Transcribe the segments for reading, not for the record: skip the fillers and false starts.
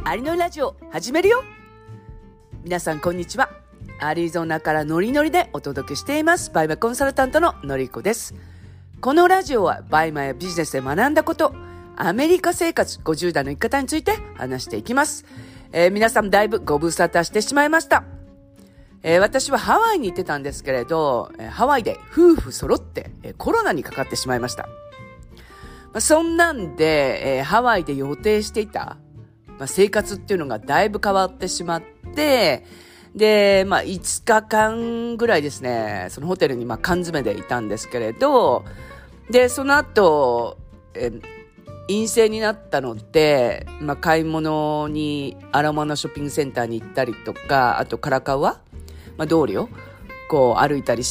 アリのラジオ始めるよ。皆さんこんにちは。アリゾナからノリノリでお届けしていますバイマコンサルタントののりこです。このラジオはバイマやビジネスで学んだこと、アメリカ生活50代の生き方について話していきます。皆さんだいぶご無沙汰してしまいました。私はハワイに行ってたんですけれど、ハワイで夫婦揃ってコロナにかかってしまいました。そんなんで、ハワイで予定していた、生活っていうのがだいぶ変わってしまって、で、5日間ぐらいですね、そのホテルに缶詰でいたんですけれど、で、その後、陰性になったので、買い物にアラモアナショッピングセンターに行ったりとか、あとカラカウア、通りをこう歩いたりして、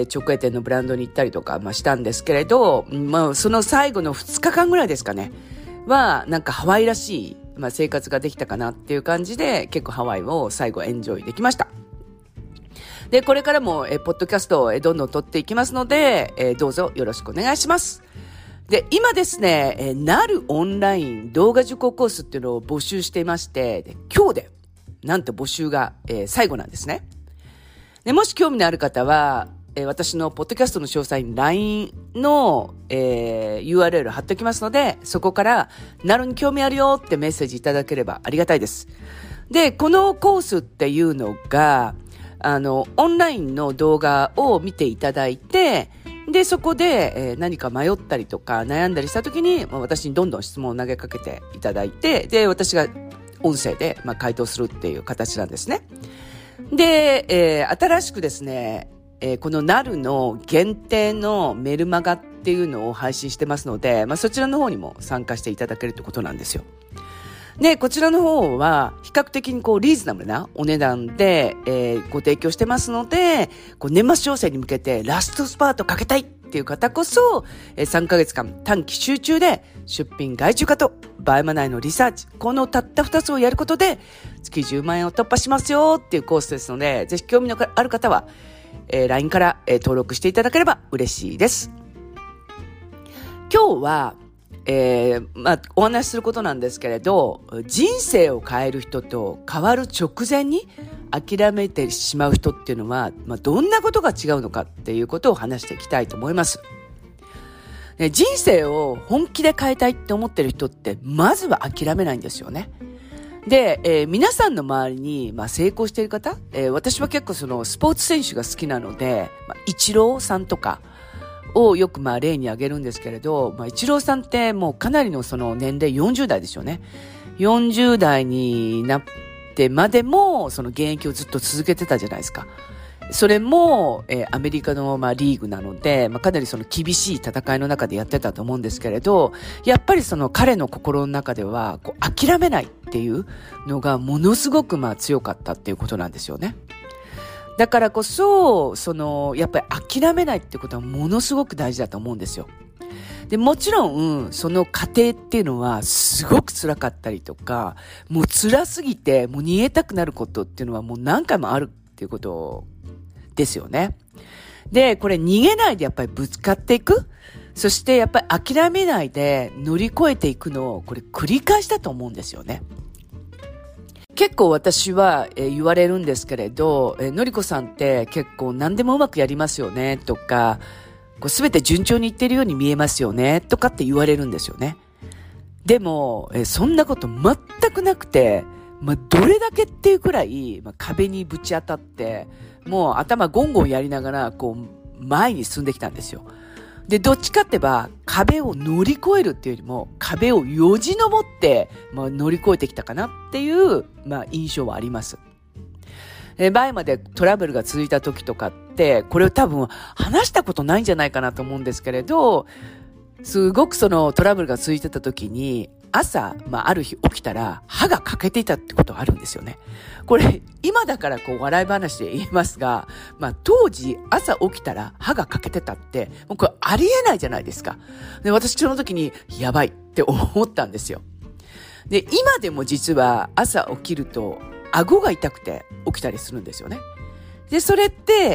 直営店のブランドに行ったりとか、したんですけれど、その最後の2日間ぐらいですかね、は、なんかハワイらしい、生活ができたかなっていう感じで、結構ハワイを最後エンジョイできました。で、これからも、ポッドキャストをどんどん撮っていきますので、どうぞよろしくお願いします。で、今ですね、なるオンライン動画受講コースっていうのを募集していまして、で今日で、なんと募集が、最後なんですね。で、もし興味のある方は、私のポッドキャストの詳細に LINE の、URL 貼っておきますので、そこから、なるに興味あるよってメッセージいただければありがたいです。で、このコースっていうのが、オンラインの動画を見ていただいて、で、そこで、何か迷ったりとか悩んだりしたときに、私にどんどん質問を投げかけていただいて、で、私が音声で、回答するっていう形なんですね。で、新しくですね、このなるの限定のメルマガっていうのを配信してますので、そちらの方にも参加していただけるということなんですよ。で、こちらの方は比較的にこうリーズナブルなお値段で、ご提供してますので、こう年末調整に向けてラストスパートかけたいっていう方こそ、3ヶ月間短期集中で出品外注化とバイマ内のリサーチ、このたった2つをやることで月10万円を突破しますよっていうコースですので、ぜひ興味のある方は、LINE から、登録していただければ嬉しいです。今日は、お話しすることなんですけれど、人生を変える人と変わる直前に諦めてしまう人っていうのは、どんなことが違うのかっていうことを話していきたいと思います。人生を本気で変えたいって思ってる人ってまずは諦めないんですよね。で、皆さんの周りに、成功している方、私は結構そのスポーツ選手が好きなので、イチローさんとかをよく例に挙げるんですけれど、イチローさんってもうかなりのその年齢40代ですよね。40代になってまでもその現役をずっと続けてたじゃないですか。それも、アメリカのリーグなので、かなりその厳しい戦いの中でやってたと思うんですけれど、やっぱりその彼の心の中ではこう諦めないっていうのがものすごく強かったっていうことなんですよね。だからこそ、やっぱり諦めないってことはものすごく大事だと思うんですよ。で、もちろん、その過程っていうのはすごく辛かったりとか、もう辛すぎて、もう逃げたくなることっていうのはもう何回もあるっていうことですよね。で、これ逃げないでやっぱりぶつかっていく。そしてやっぱり諦めないで乗り越えていくのを、これ繰り返しだと思うんですよね。結構私は言われるんですけれど、のりこさんって結構何でもうまくやりますよねとか、すべて順調にいってるように見えますよねとかって言われるんですよね。でも、そんなこと全くなくて、どれだけっていうくらい、壁にぶち当たって、もう頭ゴンゴンやりながら、こう、前に進んできたんですよ。で、どっちかってば、壁を乗り越えるっていうよりも、壁をよじ登って、乗り越えてきたかなっていう、印象はあります。前までトラブルが続いた時とかって、これを多分話したことないんじゃないかなと思うんですけれど、すごくそのトラブルが続いてた時に、朝、ある日起きたら歯が欠けていたってことがあるんですよね。これ、今だからこう笑い話で言いますが、当時朝起きたら歯が欠けてたって、もうこれありえないじゃないですか。で、私その時にやばいって思ったんですよ。で、今でも実は朝起きると顎が痛くて起きたりするんですよね。で、それって、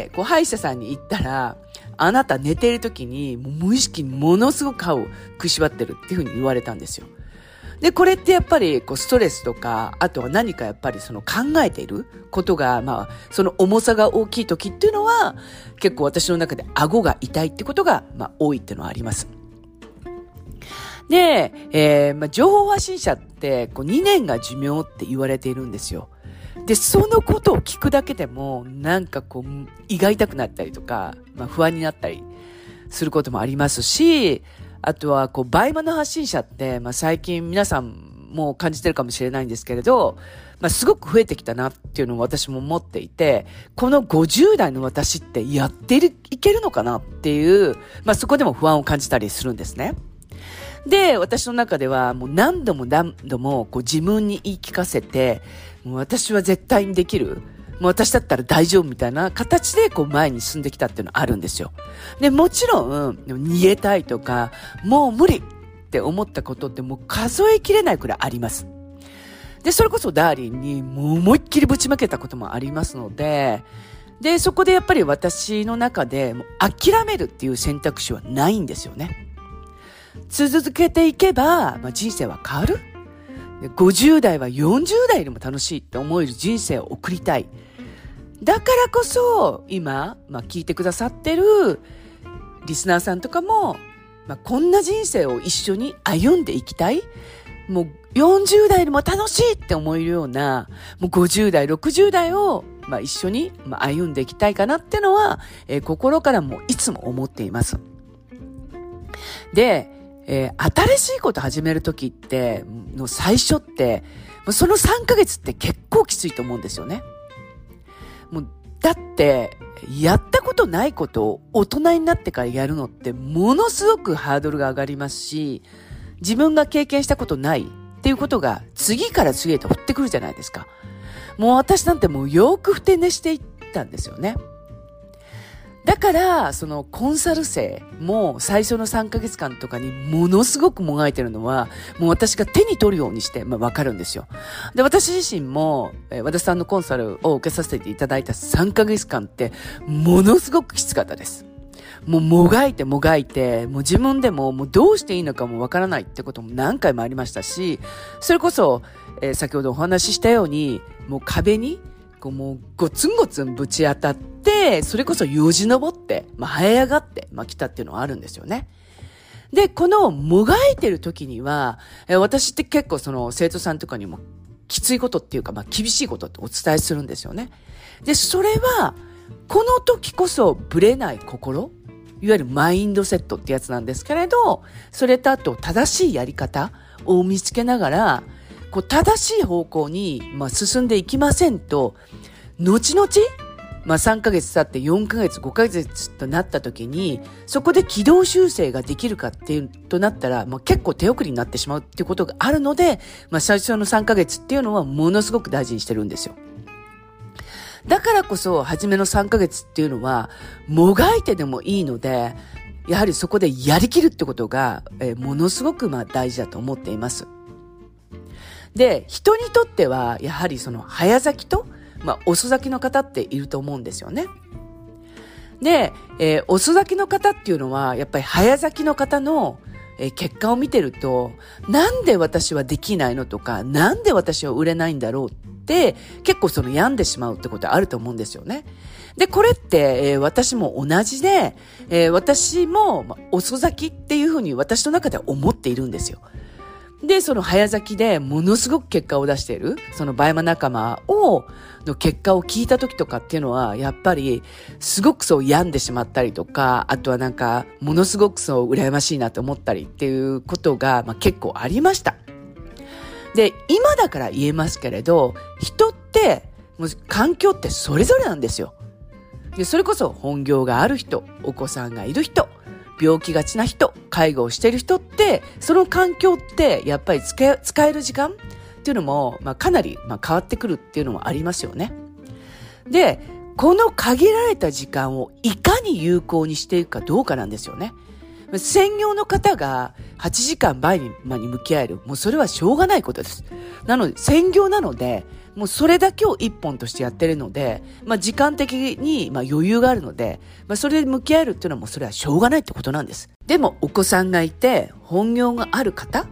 歯医者さんに行ったら、あなた寝ている時に無意識にものすごく歯を食いしばってるっていうふうに言われたんですよ。 で、これってやっぱりストレスとか、あとは何かやっぱり考えていることが、その重さが大きい時っていうのは、結構私の中で顎が痛いってことが、多いっていうのはあります。で、情報発信者って2年が寿命って言われているんですよ。で、そのことを聞くだけでも、胃が痛くなったりとか、不安になったりすることもありますし、あとは、バイマの発信者って、最近皆さんも感じてるかもしれないんですけれど、すごく増えてきたなっていうのを私も思っていて、この50代の私っていけるのかなっていう、そこでも不安を感じたりするんですね。で、私の中ではもう何度も自分に言い聞かせて、もう私は絶対にできる。もう私だったら大丈夫みたいな形で前に進んできたっていうのはあるんですよ。で、もちろん逃げたいとか、もう無理って思ったことってもう数えきれないくらいあります。で、それこそダーリンにもう思いっきりぶちまけたこともありますので、で、そこでやっぱり私の中でもう諦めるっていう選択肢はないんですよね。続けていけば、人生は変わる。50代は40代よりも楽しいって思える人生を送りたい。だからこそ、今、聞いてくださってるリスナーさんとかも、こんな人生を一緒に歩んでいきたい。もう40代でも楽しいって思えるような、もう50代、60代を、一緒に、歩んでいきたいかなってのは、心からもいつも思っています。で、新しいこと始めるときっての最初ってその3ヶ月って結構きついと思うんですよね。もうだってやったことないことを大人になってからやるのってものすごくハードルが上がりますし、自分が経験したことないっていうことが次から次へと降ってくるじゃないですか。もう私なんてもうよくふて寝していったんですよね。だから、コンサル生も最初の3ヶ月間とかにものすごくもがいてるのは、もう私が手に取るようにして、わかるんですよ。で、私自身も、和田さんのコンサルを受けさせていただいた3ヶ月間って、ものすごくきつかったです。もうもがいて、もう自分でもどうしていいのかもわからないってことも何回もありましたし、それこそ、先ほどお話ししたように、もう壁に、もうゴツンゴツンぶち当たって、それこそよじ登って、這い上がって、来たっていうのはあるんですよね。で、このもがいてる時には、私って結構生徒さんとかにもきついことっていうか、厳しいことってお伝えするんですよね。で、それは、この時こそぶれない心、いわゆるマインドセットってやつなんですけれど、それとあと正しいやり方を見つけながら、正しい方向に、進んでいきませんと、後々、3ヶ月経って4ヶ月、5ヶ月となった時に、そこで軌道修正ができるかっていうとなったら、結構手遅れになってしまうっていうことがあるので、最初の3ヶ月っていうのはものすごく大事にしてるんですよ。だからこそ、初めの3ヶ月っていうのは、もがいてでもいいので、やはりそこでやりきるってことが、ものすごく大事だと思っています。で、人にとっては、やはり早咲きと、遅咲きの方っていると思うんですよね。で、遅咲きの方っていうのは、やっぱり早咲きの方の、結果を見てると、なんで私はできないのとか、なんで私は売れないんだろうって、結構病んでしまうってことあると思うんですよね。で、これって、私も同じで、私も、遅咲きっていうふうに私の中では思っているんですよ。で、早咲きでものすごく結果を出している、バイマ仲間の結果を聞いた時とかっていうのは、やっぱり、すごく病んでしまったりとか、あとはものすごく羨ましいなと思ったりっていうことが、結構ありました。で、今だから言えますけれど、人って、もう環境ってそれぞれなんですよ。で、それこそ本業がある人、お子さんがいる人、病気がちな人、介護をしている人って、その環境ってやっぱり使える時間っていうのも、かなり変わってくるっていうのもありますよね。で、この限られた時間をいかに有効にしていくかどうかなんですよね。専業の方が8時間バイマに向き合える。もうそれはしょうがないことです。なので、専業なので、もうそれだけを一本としてやってるので、時間的に余裕があるので、それで向き合えるっていうのはもうそれはしょうがないってことなんです。でもお子さんがいて本業がある方っ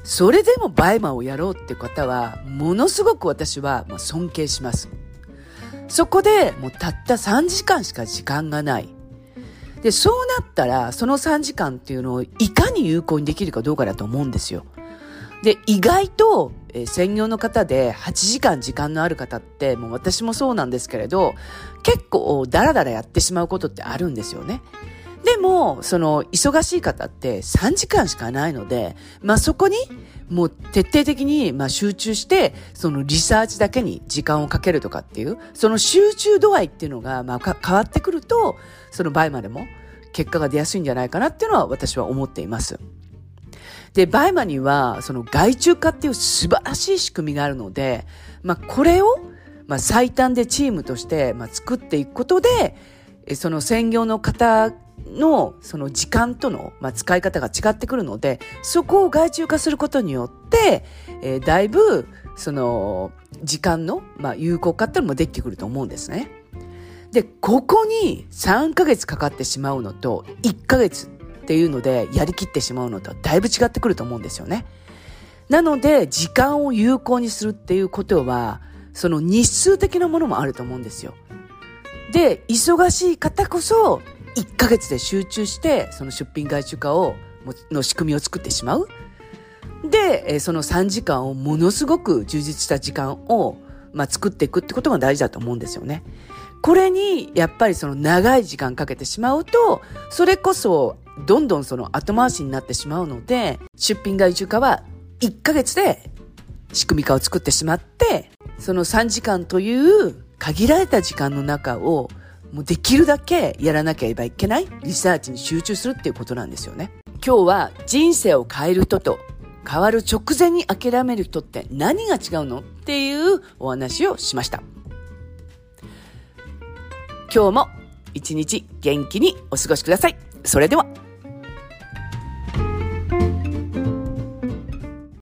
それでもバイマをやろうって方は、ものすごく私は尊敬します。そこでもうたった3時間しか時間がない。で、そうなったら、その3時間っていうのをいかに有効にできるかどうかだと思うんですよ。で、意外と、専業の方で8時間時間のある方って、もう私もそうなんですけれど、結構ダラダラやってしまうことってあるんですよね。でも、その忙しい方って3時間しかないので、そこにもう徹底的に集中して、そのリサーチだけに時間をかけるとかっていう、その集中度合いっていうのが変わってくると、そのバイマでも結果が出やすいんじゃないかなっていうのは私は思っています。で、バイマにはその外注化っていう素晴らしい仕組みがあるので、これを最短でチームとして作っていくことで、その専業の方のその時間との使い方が違ってくるので、そこを外注化することによって、だいぶその時間の有効化っていうのもできてくると思うんですね。で、ここに3ヶ月かかってしまうのと1ヶ月っていうのでやりきってしまうのとはだいぶ違ってくると思うんですよね。なので時間を有効にするっていうことは、その日数的なものもあると思うんですよ。で、忙しい方こそ1ヶ月で集中してその出品外注化の仕組みを作ってしまう。で、その3時間をものすごく充実した時間を作っていくってことが大事だと思うんですよね。これにやっぱりその長い時間かけてしまうと、それこそどんどんその後回しになってしまうので、出品外注化は1ヶ月で仕組み化を作ってしまって、その3時間という限られた時間の中をもうできるだけやらなければいけないリサーチに集中するっていうことなんですよね。今日は人生を変える人と変わる直前に諦める人って何が違うのっていうお話をしました。今日も一日元気にお過ごしください。それでは。